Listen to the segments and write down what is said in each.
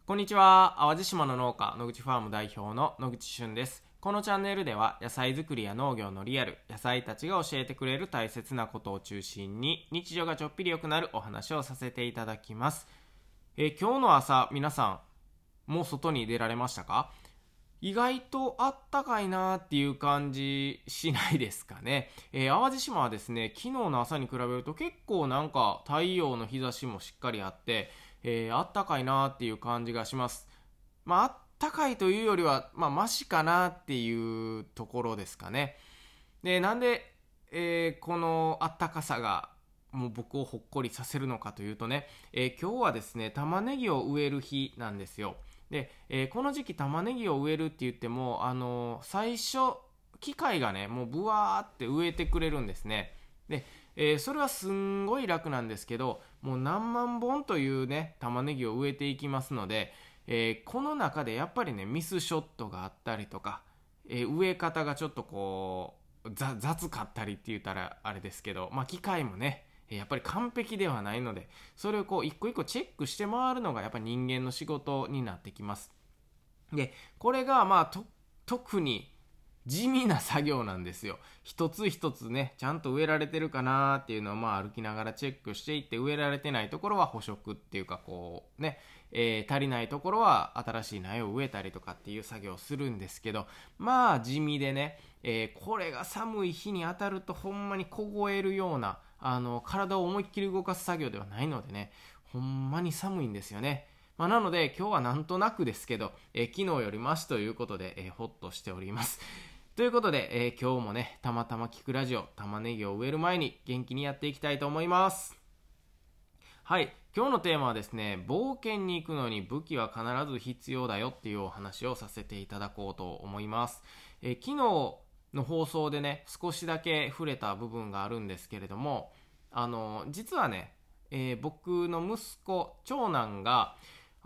こんにちは。淡路島の農家野口ファーム代表の野口俊です。このチャンネルでは野菜作りや農業のリアル、野菜たちが教えてくれる大切なことを中心に日常がちょっぴり良くなるお話をさせていただきます。今日の朝皆さんもう外に出られましたか？意外とあったかいなっていう感じしないですかね。淡路島はですね、昨日の朝に比べると結構なんか太陽の日差しもしっかりあって、あったかいなっていう感じがします。あったかいというよりは、マシかなっていうところですかね。で、なんで、このあったかさがもう僕をほっこりさせるのかというとね、今日はですね、玉ねぎを植える日なんですよ。で、この時期玉ねぎを植えるって言っても、最初、機械がね、もうブワーって植えてくれるんですね。で、それはすんごい楽なんですけど、もう何万本というね、玉ねぎを植えていきますので、この中でやっぱりね、ミスショットがあったりとか、植え方がちょっとこう、雑かったりって言ったらあれですけど、機械もね、やっぱり完璧ではないので、それをこう一個一個チェックして回るのがやっぱり人間の仕事になってきます。で、これが特に地味な作業なんですよ。一つ一つね、ちゃんと植えられてるかなっていうのを歩きながらチェックしていって、植えられてないところは補植っていうかこうね、足りないところは新しい苗を植えたりとかっていう作業をするんですけど、地味でね、これが寒い日に当たるとほんまに凍えるような体を思いっきり動かす作業ではないのでね、ほんまに寒いんですよね。なので今日はなんとなくですけど、昨日よりマシということで、ほっとしております。ということで、今日もね、たまたま聞くラジオ、玉ねぎを植える前に元気にやっていきたいと思います。はい、今日のテーマはですね、冒険に行くのに武器は必ず必要だよっていうお話をさせていただこうと思います。昨日の放送でね、少しだけ触れた部分があるんですけれども、実はね、僕の息子、長男が、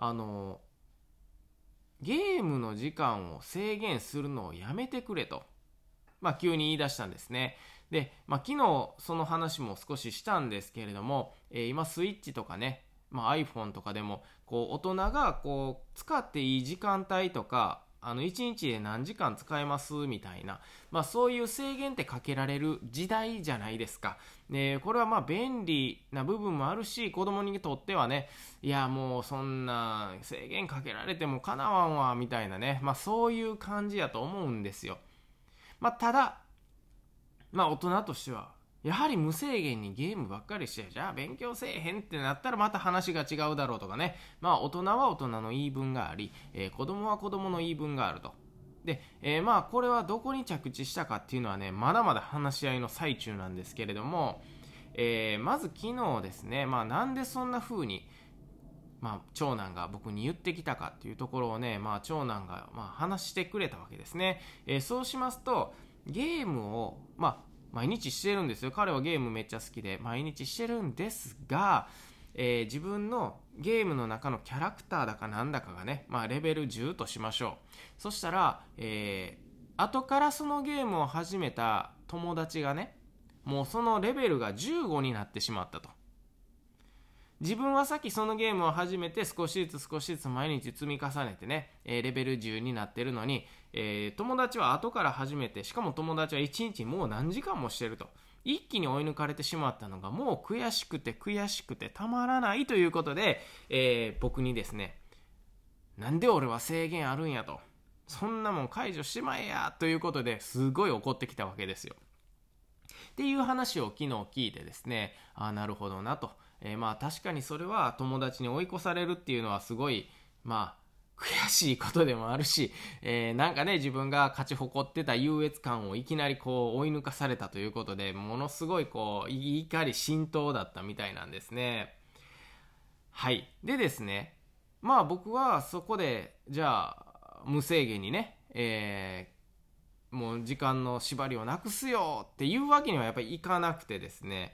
ゲームの時間を制限するのをやめてくれと、急に言い出したんですね。で、昨日その話も少ししたんですけれども、今スイッチとかね、iPhone とかでもこう大人がこう使っていい時間帯とか、1日で何時間使えますみたいな、そういう制限ってかけられる時代じゃないですか。で、これは便利な部分もあるし、子供にとってはね、いやもうそんな制限かけられてもかなわんわみたいなね、そういう感じやと思うんですよ。ただ、大人としてはやはり無制限にゲームばっかりして、じゃあ勉強せえへんってなったらまた話が違うだろうとかね。大人は大人の言い分があり、子供は子供の言い分があると。で、これはどこに着地したかっていうのはね、まだまだ話し合いの最中なんですけれども、まず昨日ですね、なんでそんな風に長男が僕に言ってきたかっていうところをね、長男が話してくれたわけですね。そうしますと、ゲームを毎日してるんですよ。彼はゲームめっちゃ好きで毎日してるんですが、自分のゲームの中のキャラクターだかなんだかがね、レベル10としましょう。そしたら、後からそのゲームを始めた友達がね、もうそのレベルが15になってしまったと。自分はさっきそのゲームを始めて少しずつ毎日積み重ねてね、レベル10になってるのに、友達は後から始めて、しかも友達は1日もう何時間もしてると。一気に追い抜かれてしまったのがもう悔しくてたまらないということで、僕にですね、なんで俺は制限あるんやと。そんなもん解除しまえやということですごい怒ってきたわけですよ。っていう話を昨日聞いてですね、なるほどなと。確かにそれは友達に追い越されるっていうのはすごい悔しいことでもあるし、なんかね、自分が勝ち誇ってた優越感をいきなりこう追い抜かされたということで、ものすごいこう怒り心頭だったみたいなんですね。はい。でですね、僕はそこでじゃあ無制限にね、もう時間の縛りをなくすよっていうわけにはやっぱりいかなくてですね、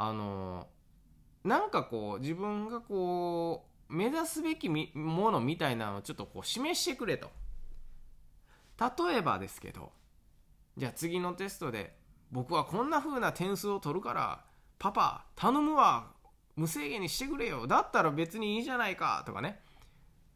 なんかこう自分がこう目指すべきものみたいなのをちょっとこう示してくれと。例えばですけど、じゃあ次のテストで僕はこんな風な点数を取るからパパ頼むわ、無制限にしてくれよ、だったら別にいいじゃないかとかね、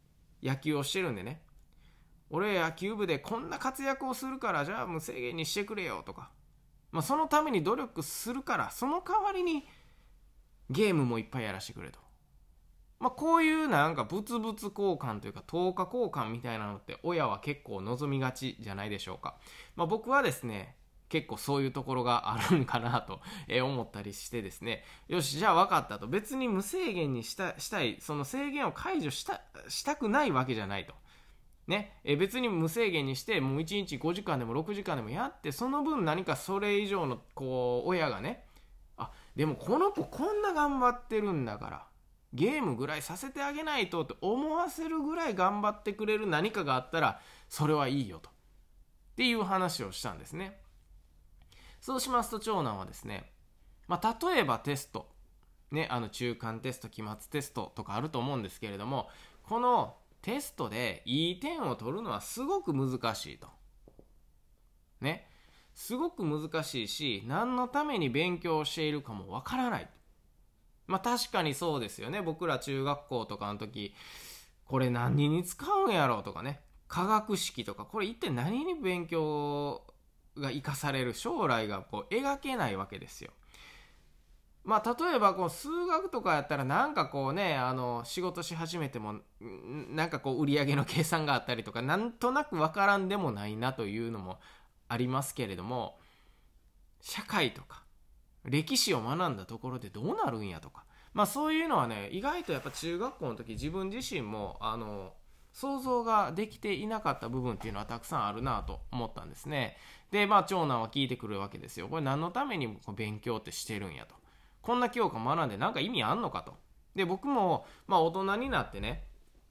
野球をしてるんでね、俺野球部でこんな活躍をするからじゃあ無制限にしてくれよとか、そのために努力するからその代わりにゲームもいっぱいやらせてくれと、こういうなんか物々交換というか等価交換みたいなのって親は結構望みがちじゃないでしょうか。僕はですね結構そういうところがあるんかなと思ったりしてですね、よしじゃあ分かったと、別に無制限にしたい、その制限を解除したくないわけじゃないとね、別に無制限にしてもう1日5時間でも6時間でもやって、その分何かそれ以上のこう親がね、でもこの子こんな頑張ってるんだからゲームぐらいさせてあげないとって思わせるぐらい頑張ってくれる何かがあったらそれはいいよとっていう話をしたんですね。そうしますと長男はですね、例えばテストね、中間テスト期末テストとかあると思うんですけれども、このテストでいい点を取るのはすごく難しいとね、すごく難しいし何のために勉強しているかもわからない。確かにそうですよね。僕ら中学校とかの時これ何に使うんやろうとかね、化学式とかこれ一体何に勉強が生かされる、将来がこう描けないわけですよ。例えばこう数学とかやったらなんかこうね、仕事し始めてもなんかこう売上の計算があったりとかなんとなくわからんでもないなというのもありますけれども、社会とか歴史を学んだところでどうなるんやとか、そういうのはね意外とやっぱ中学校の時自分自身も想像ができていなかった部分っていうのはたくさんあるなと思ったんですね。で長男は聞いてくるわけですよ。これ何のために勉強ってしてるんやと、こんな教科学んでなんか意味あんのかと。で僕も大人になってね、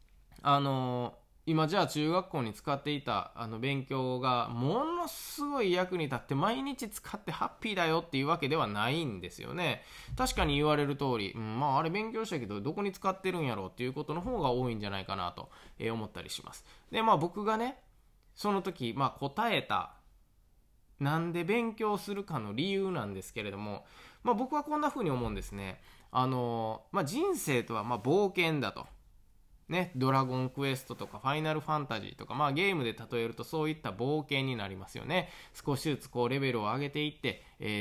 今じゃあ中学校に使っていた勉強がものすごい役に立って毎日使ってハッピーだよっていうわけではないんですよね。確かに言われる通り、あれ勉強したけどどこに使ってるんやろうっていうことの方が多いんじゃないかなと思ったりします。で僕がねその時答えたなんで勉強するかの理由なんですけれども、僕はこんな風に思うんですね。人生とは冒険だとね、ドラゴンクエストとかファイナルファンタジーとか、ゲームで例えるとそういった冒険になりますよね。少しずつこうレベルを上げていって、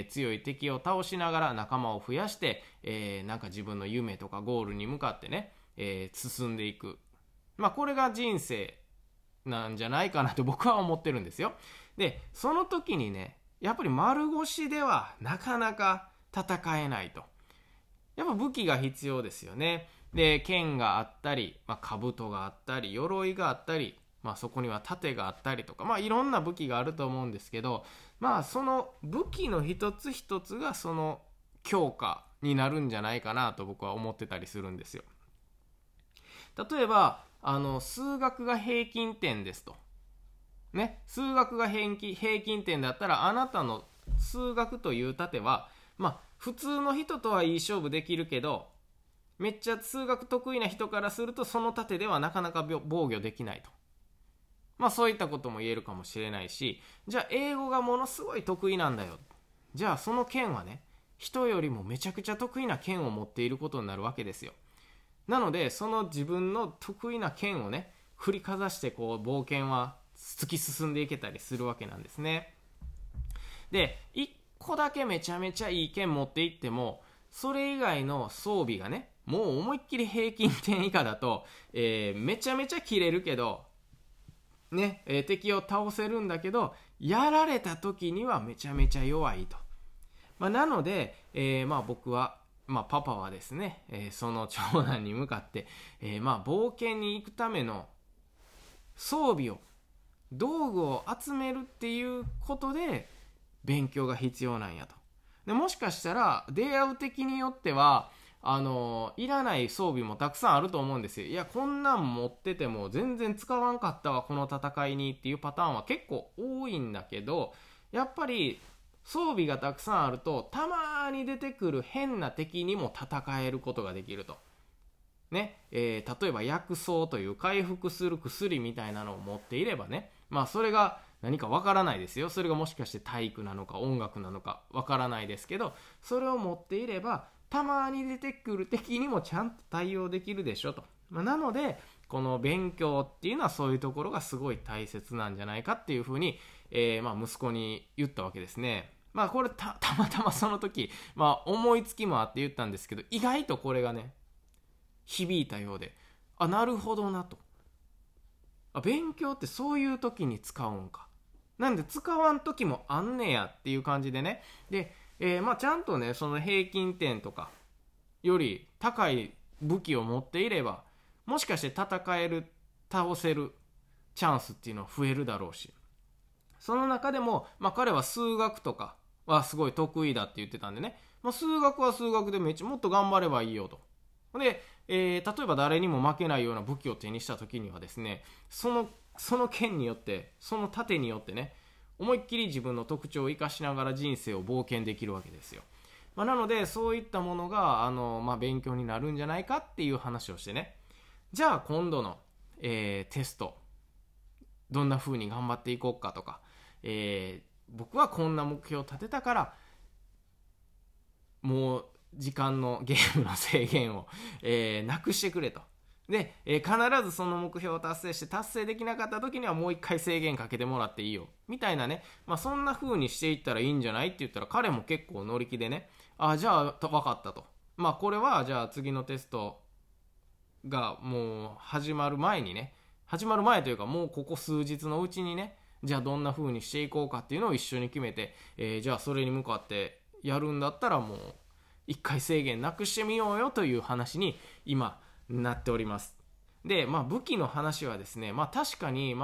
強い敵を倒しながら仲間を増やして、なんか自分の夢とかゴールに向かってね、進んでいく。これが人生なんじゃないかなと僕は思ってるんですよ。でその時にねやっぱり丸腰ではなかなか戦えないと。やっぱ武器が必要ですよね。で剣があったり、兜があったり鎧があったり、そこには盾があったりとか、いろんな武器があると思うんですけど、その武器の一つ一つがその強化になるんじゃないかなと僕は思ってたりするんですよ。例えば数学が平均点ですとね、数学が平均点だったらあなたの数学という盾は普通の人とはいい勝負できるけどめっちゃ数学得意な人からするとその盾ではなかなか防御できないと。そういったことも言えるかもしれないし、じゃあ英語がものすごい得意なんだよ、じゃあその剣はね人よりもめちゃくちゃ得意な剣を持っていることになるわけですよ。なのでその自分の得意な剣をね振りかざしてこう冒険は突き進んでいけたりするわけなんですね。で1個だけめちゃめちゃいい剣持っていってもそれ以外の装備がねもう思いっきり平均点以下だと、めちゃめちゃ切れるけどね、敵を倒せるんだけどやられた時にはめちゃめちゃ弱いと。なので、僕はパパはですね、その長男に向かって、冒険に行くための装備を道具を集めるっていうことで勉強が必要なんやと。でもしかしたら出会う敵によってはいらない装備もたくさんあると思うんですよ。いやこんなん持ってても全然使わんかったわこの戦いにっていうパターンは結構多いんだけど、やっぱり装備がたくさんあるとたまに出てくる変な敵にも戦えることができるとね。例えば薬草という回復する薬みたいなのを持っていればね、それが何かわからないですよ。それがもしかして体育なのか音楽なのかわからないですけど、それを持っていればたまに出てくる敵にもちゃんと対応できるでしょと。 なのでこの勉強っていうのはそういうところがすごい大切なんじゃないかっていうふうに、息子に言ったわけですね。これたまたまその時、思いつきもあって言ったんですけど、意外とこれがね響いたようで、なるほどなと、勉強ってそういう時に使うんか、なんで使わん時もあんねやっていう感じでね。で、ちゃんとねその平均点とかより高い武器を持っていれば、もしかして戦える、倒せるチャンスっていうのは増えるだろうし、その中でも、彼は数学とかはすごい得意だって言ってたんでね、数学は数学でもっと頑張ればいいよと。で、例えば誰にも負けないような武器を手にした時にはですね、その剣によって、その盾によってね、思いっきり自分の特徴を生かしながら人生を冒険できるわけですよ。なのでそういったものが勉強になるんじゃないかっていう話をしてね、じゃあ今度の、テストどんな風に頑張っていこうかとか、僕はこんな目標を立てたからもう時間のゲームの制限を、なくしてくれと。で、必ずその目標を達成して達成できなかった時にはもう一回制限かけてもらっていいよみたいなね、そんな風にしていったらいいんじゃないって言ったら、彼も結構乗り気でね、じゃあ分かったと。これはじゃあ次のテストがもう始まる前というかもうここ数日のうちにね、じゃあどんな風にしていこうかっていうのを一緒に決めて、じゃあそれに向かってやるんだったらもう一回制限なくしてみようよという話に今なっております。で、武器の話はですね、確かに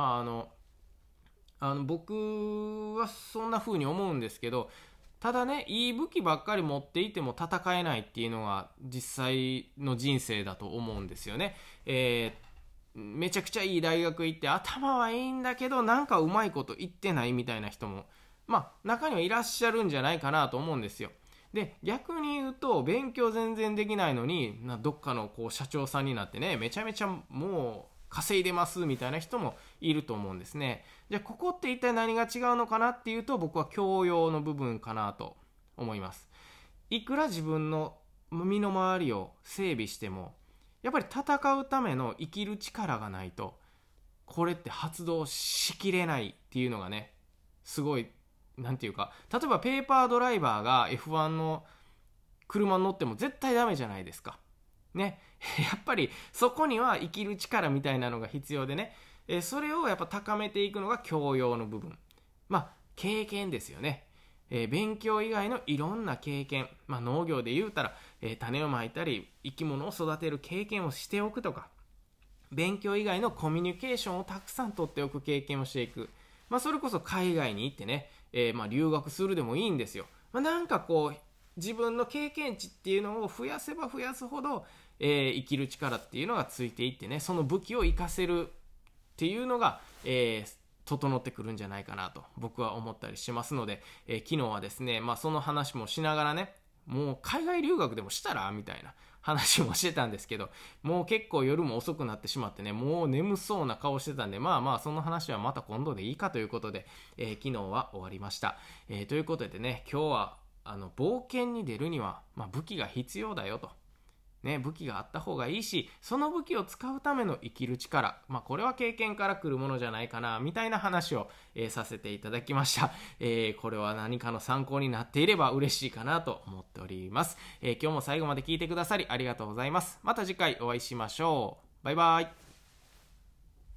僕はそんな風に思うんですけど、ただね、いい武器ばっかり持っていても戦えないっていうのが実際の人生だと思うんですよね。めちゃくちゃいい大学行って頭はいいんだけどなんかうまいこと言ってないみたいな人も中にはいらっしゃるんじゃないかなと思うんですよ。で、逆に言うと勉強全然できないのにどっかの社長さんになってね、めちゃめちゃもう稼いでますみたいな人もいると思うんですね。じゃあここって一体何が違うのかなっていうと、僕は教養の部分かなと思います。いくら自分の身の回りを整備しても、やっぱり戦うための生きる力がないとこれって発動しきれないっていうのがね、すごいなんていうか、例えばペーパードライバーが F1 の車に乗っても絶対ダメじゃないですかね。やっぱりそこには生きる力みたいなのが必要でね、それをやっぱ高めていくのが教養の部分、経験ですよね。勉強以外のいろんな経験、農業で言うたら、種をまいたり生き物を育てる経験をしておくとか、勉強以外のコミュニケーションをたくさん取っておく経験をしていく、それこそ海外に行ってね、留学するでもいいんですよ。なんか自分の経験値っていうのを増やせば増やすほど、生きる力っていうのがついていってね、その武器を活かせるっていうのが、整ってくるんじゃないかなと僕は思ったりしますので、昨日はですね、その話もしながらね、もう海外留学でもしたらみたいな話もしてたんですけど、もう結構夜も遅くなってしまってね、もう眠そうな顔してたんで、その話はまた今度でいいかということで、昨日は終わりました。ということでね、今日は冒険に出るには、武器が必要だよと。武器があった方がいいし、その武器を使うための生きる力、これは経験から来るものじゃないかなみたいな話を、させていただきました。これは何かの参考になっていれば嬉しいかなと思っております。今日も最後まで聞いてくださりありがとうございます。また次回お会いしましょう。バイバイ。